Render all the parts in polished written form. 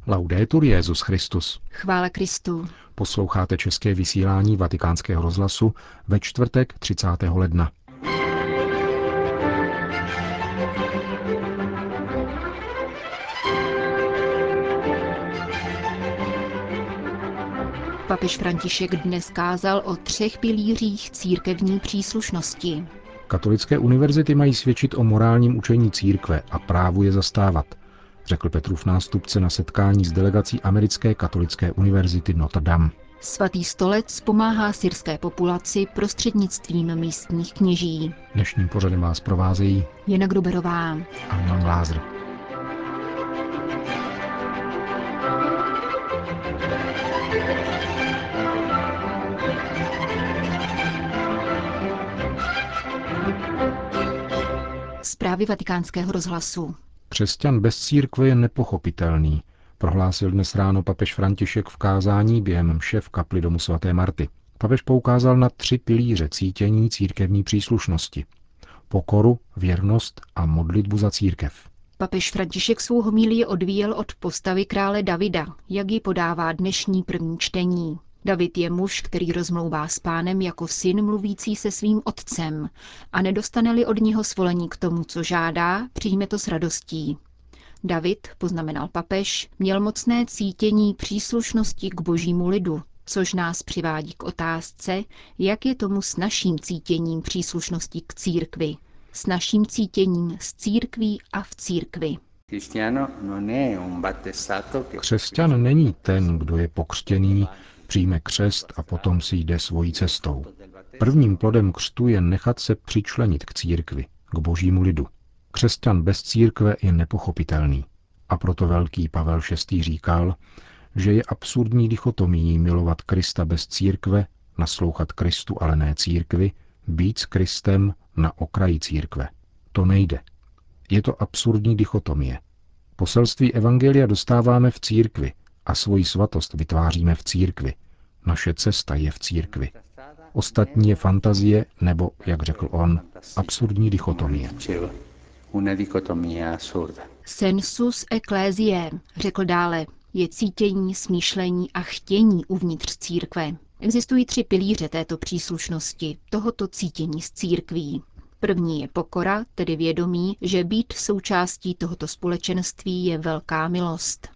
Laudetur Jesus Christus. Chvála Kristu. Posloucháte české vysílání Vatikánského rozhlasu ve čtvrtek 30. ledna. Papež František dnes kázal o 3 pilířích církevní příslušnosti. Katolické univerzity mají svědčit o morálním učení církve a právu je zastávat, řekl Petrův nástupce na setkání s delegací americké katolické univerzity Notre Dame. Svatý stolec pomáhá syrské populaci prostřednictvím místních kněží. Dnešním pořadem vás provázejí Jana Gruberová a Milan Lázr. Zprávy Vatikánského rozhlasu. Křesťan bez církve je nepochopitelný, prohlásil dnes ráno papež František v kázání během mše v kapli domu svaté Marty. Papež poukázal na 3 pilíře cítění církevní příslušnosti. Pokoru, věrnost a modlitbu za církev. Papež František svou homílii odvíjel od postavy krále Davida, jak ji podává dnešní první čtení. David je muž, který rozmlouvá s Pánem jako syn mluvící se svým otcem a nedostane-li od něho svolení k tomu, co žádá, přijme to s radostí. David, poznamenal papež, měl mocné cítění příslušnosti k božímu lidu, což nás přivádí k otázce, jak je tomu s naším cítěním příslušnosti k církvi, s naším cítěním z církví a v církvi. Křesťan není ten, kdo je pokřtěný, přijme křest a potom si jde svojí cestou. Prvním plodem křtu je nechat se přičlenit k církvi, k božímu lidu. Křesťan bez církve je nepochopitelný. A proto velký Pavel VI. Říkal, že je absurdní dichotomií milovat Krista bez církve, naslouchat Kristu, ale ne církvi, být s Kristem na okraji církve. To nejde. Je to absurdní dichotomie. Poselství evangelia dostáváme v církvi a svoji svatost vytváříme v církvi. Naše cesta je v církvi. Ostatní je fantazie nebo, jak řekl on, absurdní dichotomie. Sensus ecclesiae, řekl dále, je cítění, smýšlení a chtění uvnitř církve. Existují 3 pilíře této příslušnosti, tohoto cítění z církví. První je pokora, tedy vědomí, že být součástí tohoto společenství je velká milost.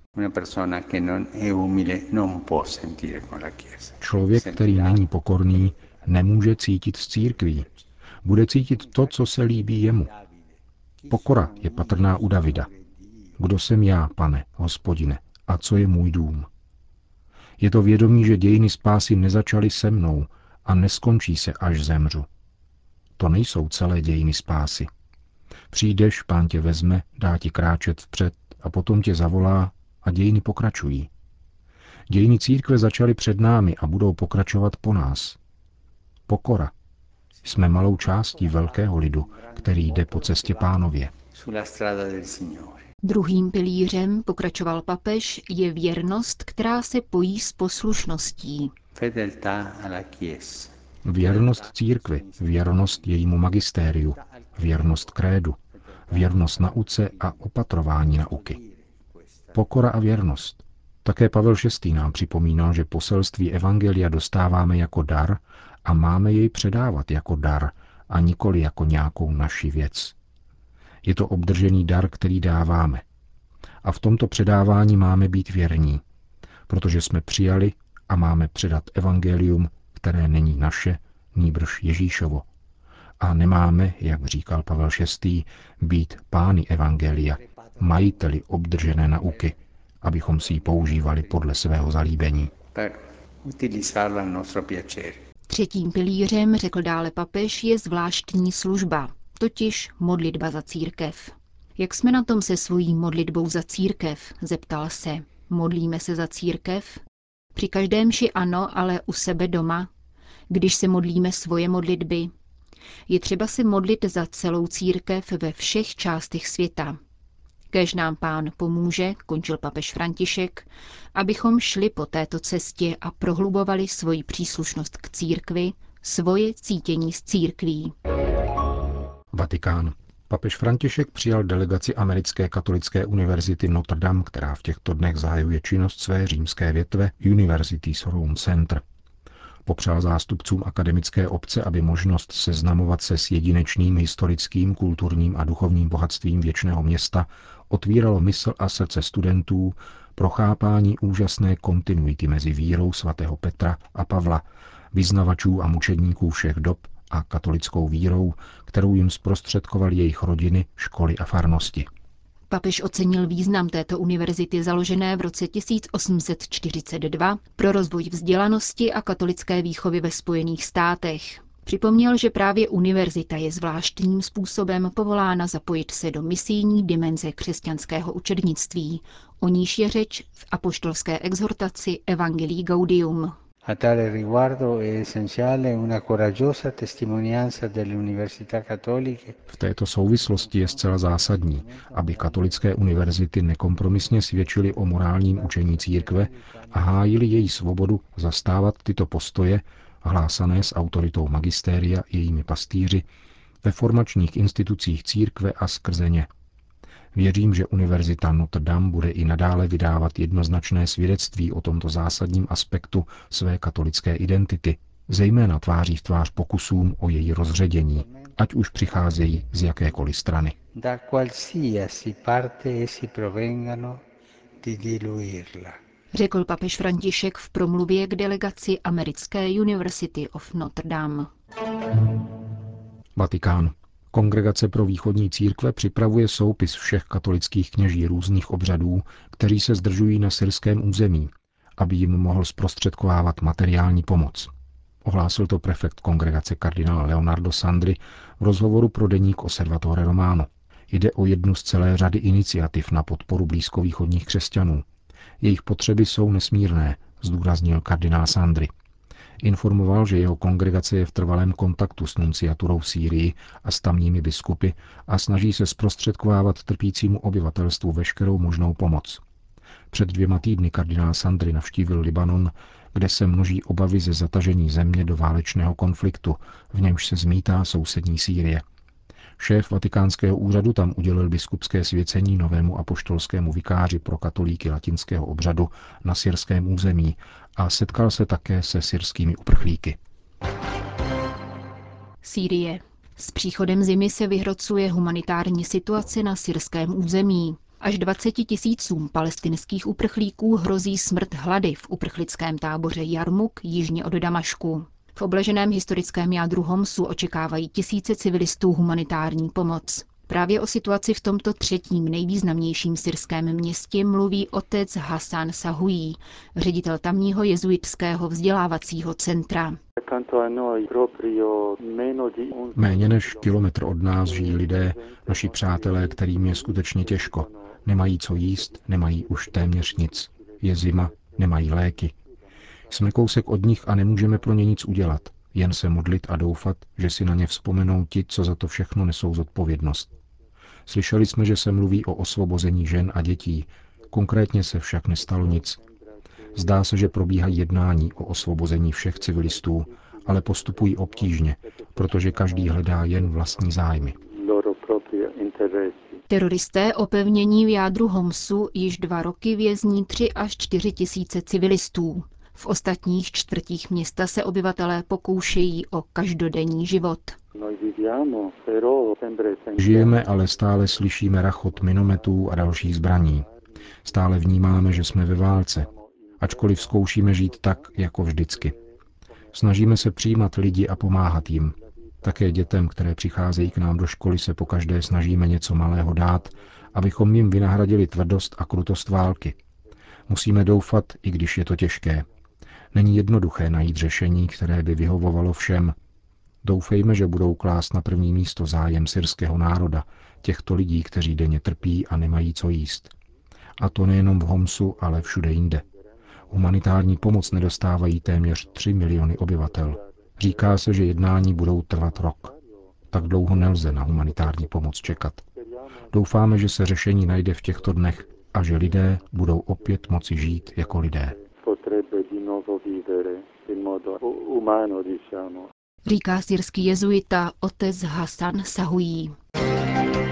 Člověk, který není pokorný, nemůže cítit z církví. Bude cítit to, co se líbí jemu. Pokora je patrná u Davida. Kdo jsem já, Pane, Hospodine, a co je můj dům? Je to vědomí, že dějiny spásy nezačaly se mnou a neskončí se, až zemřu. To nejsou celé dějiny spásy. Přijdeš, Pán tě vezme, dá ti kráčet vpřed a potom tě zavolá a dějiny pokračují. Dějiny církve začaly před námi a budou pokračovat po nás. Pokora. Jsme malou částí velkého lidu, který jde po cestě Pánově. Druhým pilířem, pokračoval papež, je věrnost, která se pojí s poslušností. Věrnost církvi, věrnost jejímu magistériu, věrnost krédu, věrnost nauce a opatrování nauky. Pokora a věrnost. Také Pavel VI. Nám připomínal, že poselství evangelia dostáváme jako dar a máme jej předávat jako dar a nikoli jako nějakou naši věc. Je to obdržený dar, který dáváme. A v tomto předávání máme být věrní, protože jsme přijali a máme předat evangelium, které není naše, nýbrž Ježíšovo. A nemáme, jak říkal Pavel VI., být pány evangelia, majiteli obdržené nauky, abychom si ji používali podle svého zalíbení. Třetím pilířem, řekl dále papež, je zvláštní služba, totiž modlitba za církev. Jak jsme na tom se svojí modlitbou za církev, zeptal se. Modlíme se za církev? Při každém mši ano, ale u sebe doma? Když se modlíme svoje modlitby? Je třeba se modlit za celou církev ve všech částech světa. Kéž nám Pán pomůže, končil papež František, abychom šli po této cestě a prohlubovali svoji příslušnost k církvi, svoje cítění z církví. Vatikán. Papež František přijal delegaci americké katolické univerzity Notre Dame, která v těchto dnech zahajuje činnost své římské větve University's Rome Center. Popřál zástupcům akademické obce, aby možnost seznamovat se s jedinečným historickým, kulturním a duchovním bohatstvím věčného města otvíralo mysl a srdce studentů pro chápání úžasné kontinuity mezi vírou svatého Petra a Pavla, vyznavačů a mučedníků všech dob a katolickou vírou, kterou jim zprostředkovaly jejich rodiny, školy a farnosti. Papež ocenil význam této univerzity založené v roce 1842 pro rozvoj vzdělanosti a katolické výchovy ve Spojených státech. Připomněl, že právě univerzita je zvláštním způsobem povolána zapojit se do misijní dimenze křesťanského učednictví, o níž je řeč v apoštolské exhortaci Evangelii Gaudium. A tale riguardo è essenziale una coraggiosa testimonianza delle università cattoliche. V této souvislosti je zcela zásadní, aby katolické univerzity nekompromisně svědčily o morálním učení církve a hájili její svobodu zastávat tyto postoje, hlásané s autoritou magistéria jejími pastýři, ve formačních institucích církve a skrze ně. Věřím, že Univerzita Notre Dame bude i nadále vydávat jednoznačné svědectví o tomto zásadním aspektu své katolické identity, zejména tváří v tvář pokusům o její rozředění, ať už přicházejí z jakékoliv strany. Da qualsiasi parte essi provengano, di diluirla. Řekl papež František v promluvě k delegaci americké University of Notre Dame. Vatikán. Kongregace pro východní církve připravuje soupis všech katolických kněží různých obřadů, kteří se zdržují na syrském území, aby jim mohl zprostředkovávat materiální pomoc. Ohlásil to prefekt kongregace kardinál Leonardo Sandri v rozhovoru pro deník Osservatore Romano. Jde o jednu z celé řady iniciativ na podporu blízkovýchodních křesťanů. Jejich potřeby jsou nesmírné, zdůraznil kardinál Sandri. Informoval, že jeho kongregace je v trvalém kontaktu s nunciaturou v Sýrii a s tamními biskupy a snaží se zprostředkovávat trpícímu obyvatelstvu veškerou možnou pomoc. Před 2 týdny kardinál Sandri navštívil Libanon, kde se množí obavy ze zatažení země do válečného konfliktu, v němž se zmítá sousední Sýrie. Šéf vatikánského úřadu tam udělil biskupské svěcení novému apoštolskému vikáři pro katolíky latinského obřadu na syrském území a setkal se také se syrskými uprchlíky. Sýrie. S příchodem zimy se vyhrocuje humanitární situace na syrském území. Až 20 000 palestinských uprchlíků hrozí smrt hlady v uprchlickém táboře Jarmuk jižně od Damašku. V obleženém historickém jádru Homsu očekávají tisíce civilistů humanitární pomoc. Právě o situaci v tomto třetím nejvýznamnějším syrském městě mluví otec Hassan Sahují, ředitel tamního jezuitského vzdělávacího centra. Méně než kilometr od nás žijí lidé, naši přátelé, kterým je skutečně těžko. Nemají co jíst, nemají už téměř nic. Je zima, nemají léky. Jsme kousek od nich a nemůžeme pro ně nic udělat. Jen se modlit a doufat, že si na ně vzpomenou ti, co za to všechno nesou zodpovědnost. Slyšeli jsme, že se mluví o osvobození žen a dětí. Konkrétně se však nestalo nic. Zdá se, že probíhají jednání o osvobození všech civilistů, ale postupují obtížně, protože každý hledá jen vlastní zájmy. Teroristé opevnění v jádru Homsu již 2 roky vězní 3 až 4 tisíce civilistů. V ostatních čtvrtích města se obyvatelé pokoušejí o každodenní život. Žijeme, ale stále slyšíme rachot minometů a dalších zbraní. Stále vnímáme, že jsme ve válce, ačkoliv zkoušíme žít tak, jako vždycky. Snažíme se přijímat lidi a pomáhat jim. Také dětem, které přicházejí k nám do školy, se pokaždé snažíme něco malého dát, abychom jim vynahradili tvrdost a krutost války. Musíme doufat, i když je to těžké. Není jednoduché najít řešení, které by vyhovovalo všem. Doufejme, že budou klást na první místo zájem syrského národa, těchto lidí, kteří denně trpí a nemají co jíst. A to nejenom v Homsu, ale všude jinde. Humanitární pomoc nedostávají téměř 3 miliony obyvatel. Říká se, že jednání budou trvat rok. Tak dlouho nelze na humanitární pomoc čekat. Doufáme, že se řešení najde v těchto dnech a že lidé budou opět moci žít jako lidé. Říká syrský jezuita otec Hassan Sahují.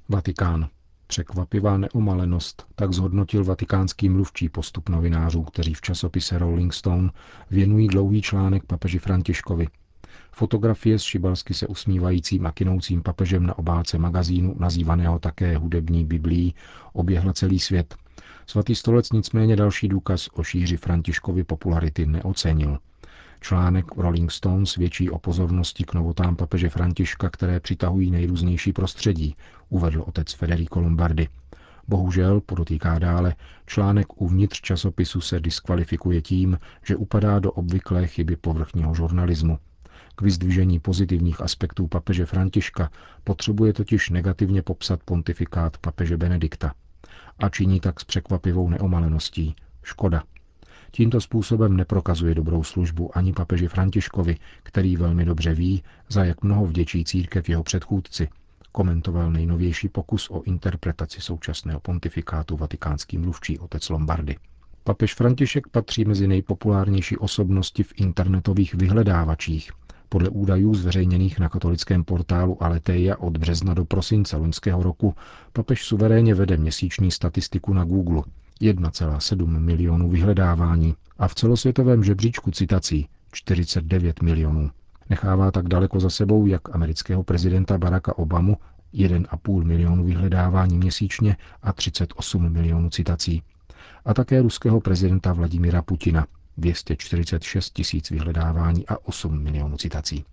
Vatikán. Překvapivá neomalenost, tak zhodnotil vatikánský mluvčí postup novinářů, kteří v časopise Rolling Stone věnují dlouhý článek papeži Františkovi. Fotografie s šibalsky se usmívajícím a kynoucím papežem na obálce magazínu, nazývaného také hudební biblií, oběhla celý svět. Svatý stolec nicméně další důkaz o šíři Františkovy popularity neocenil. Článek Rolling Stone svědčí o pozornosti k novotám papeže Františka, které přitahují nejrůznější prostředí, uvedl otec Federico Lombardi. Bohužel, podotýká dále, článek uvnitř časopisu se diskvalifikuje tím, že upadá do obvyklé chyby povrchního žurnalismu. K vyzdvižení pozitivních aspektů papeže Františka potřebuje totiž negativně popsat pontifikát papeže Benedikta. A činí tak s překvapivou neomaleností. Škoda. Tímto způsobem neprokazuje dobrou službu ani papeži Františkovi, který velmi dobře ví, za jak mnoho vděčí církev jeho předchůdci, komentoval nejnovější pokus o interpretaci současného pontifikátu vatikánský mluvčí otec Lombardi. Papež František patří mezi nejpopulárnější osobnosti v internetových vyhledávačích. Podle údajů zveřejněných na katolickém portálu Aletheia od března do prosince loňského roku papež suverénně vede měsíční statistiku na Google. 1,7 milionů vyhledávání a v celosvětovém žebříčku citací 49 milionů. Nechává tak daleko za sebou jak amerického prezidenta Baracka Obamu 1,5 milionu vyhledávání měsíčně a 38 milionů citací. A také ruského prezidenta Vladimira Putina 246 tisíc vyhledávání a 8 milionů citací.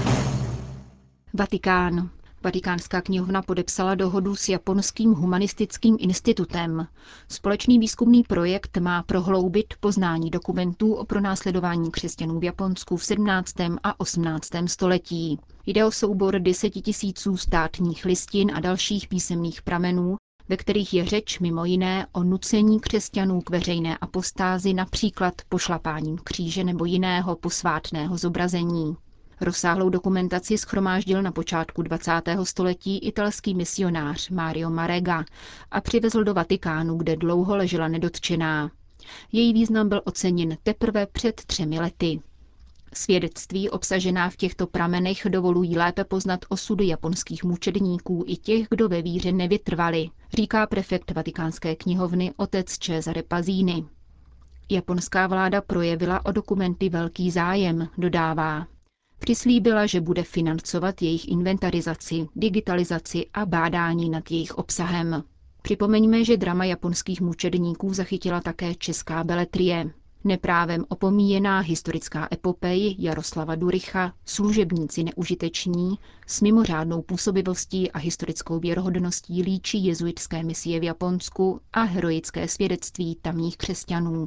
Vatikán. Vatikánská knihovna podepsala dohodu s Japonským humanistickým institutem. Společný výzkumný projekt má prohloubit poznání dokumentů o pronásledování křesťanů v Japonsku v 17. a 18. století. Jde o soubor 10 000 státních listin a dalších písemných pramenů, ve kterých je řeč mimo jiné o nucení křesťanů k veřejné apostázi, například pošlapáním kříže nebo jiného posvátného zobrazení. Rozsáhlou dokumentaci shromáždil na počátku 20. století italský misionář Mario Marega a přivezl do Vatikánu, kde dlouho ležela nedotčená. Její význam byl oceněn teprve před 3 lety. Svědectví obsažená v těchto pramenech dovolují lépe poznat osudy japonských mučedníků i těch, kdo ve víře nevytrvali, říká prefekt Vatikánské knihovny otec Cesare Pazini. Japonská vláda projevila o dokumenty velký zájem, dodává. Přislíbila, že bude financovat jejich inventarizaci, digitalizaci a bádání nad jejich obsahem. Připomeňme, že drama japonských mučedníků zachytila také česká beletrie. Neprávem opomíjená historická epopej Jaroslava Duricha, Služebníci neužiteční, s mimořádnou působivostí a historickou věrohodností líčí jezuitské misie v Japonsku a heroické svědectví tamních křesťanů.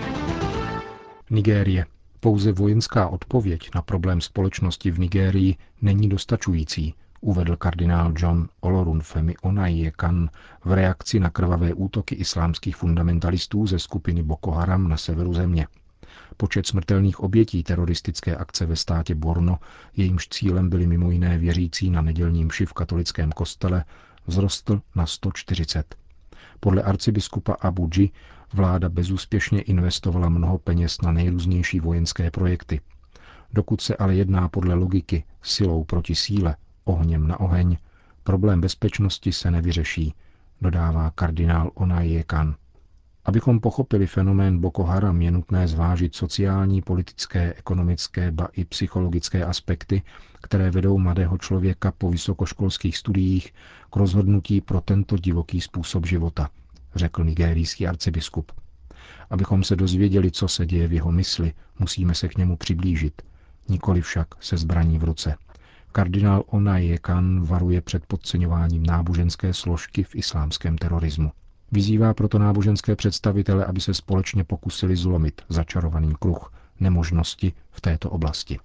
Nigérie. Pouze vojenská odpověď na problém společnosti v Nigérii není dostačující, uvedl kardinál John Olorunfemi Onaiyekan v reakci na krvavé útoky islámských fundamentalistů ze skupiny Boko Haram na severu země. Počet smrtelných obětí teroristické akce ve státě Borno, jejímž cílem byli mimo jiné věřící na nedělní mši v katolickém kostele, vzrostl na 140. Podle arcibiskupa Abuji vláda bezúspěšně investovala mnoho peněz na nejrůznější vojenské projekty. Dokud se ale jedná podle logiky silou proti síle, ohněm na oheň, problém bezpečnosti se nevyřeší, dodává kardinál Onaiyekan. Abychom pochopili fenomén Boko Haram, je nutné zvážit sociální, politické, ekonomické, ba i psychologické aspekty, které vedou mladého člověka po vysokoškolských studiích k rozhodnutí pro tento divoký způsob života, řekl nigérijský arcibiskup. Abychom se dozvěděli, co se děje v jeho mysli, musíme se k němu přiblížit, nikoli však se zbraní v ruce. Kardinál Onaiyekan varuje před podceňováním náboženské složky v islámském terorismu. Vyzývá proto náboženské představitele, aby se společně pokusili zlomit začarovaný kruh nemožnosti v této oblasti.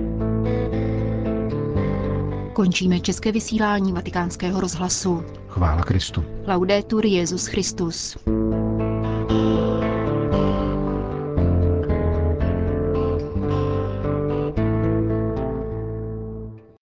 Končíme české vysílání Vatikánského rozhlasu. Chvála Kristu. Laudetur Jesus Christus.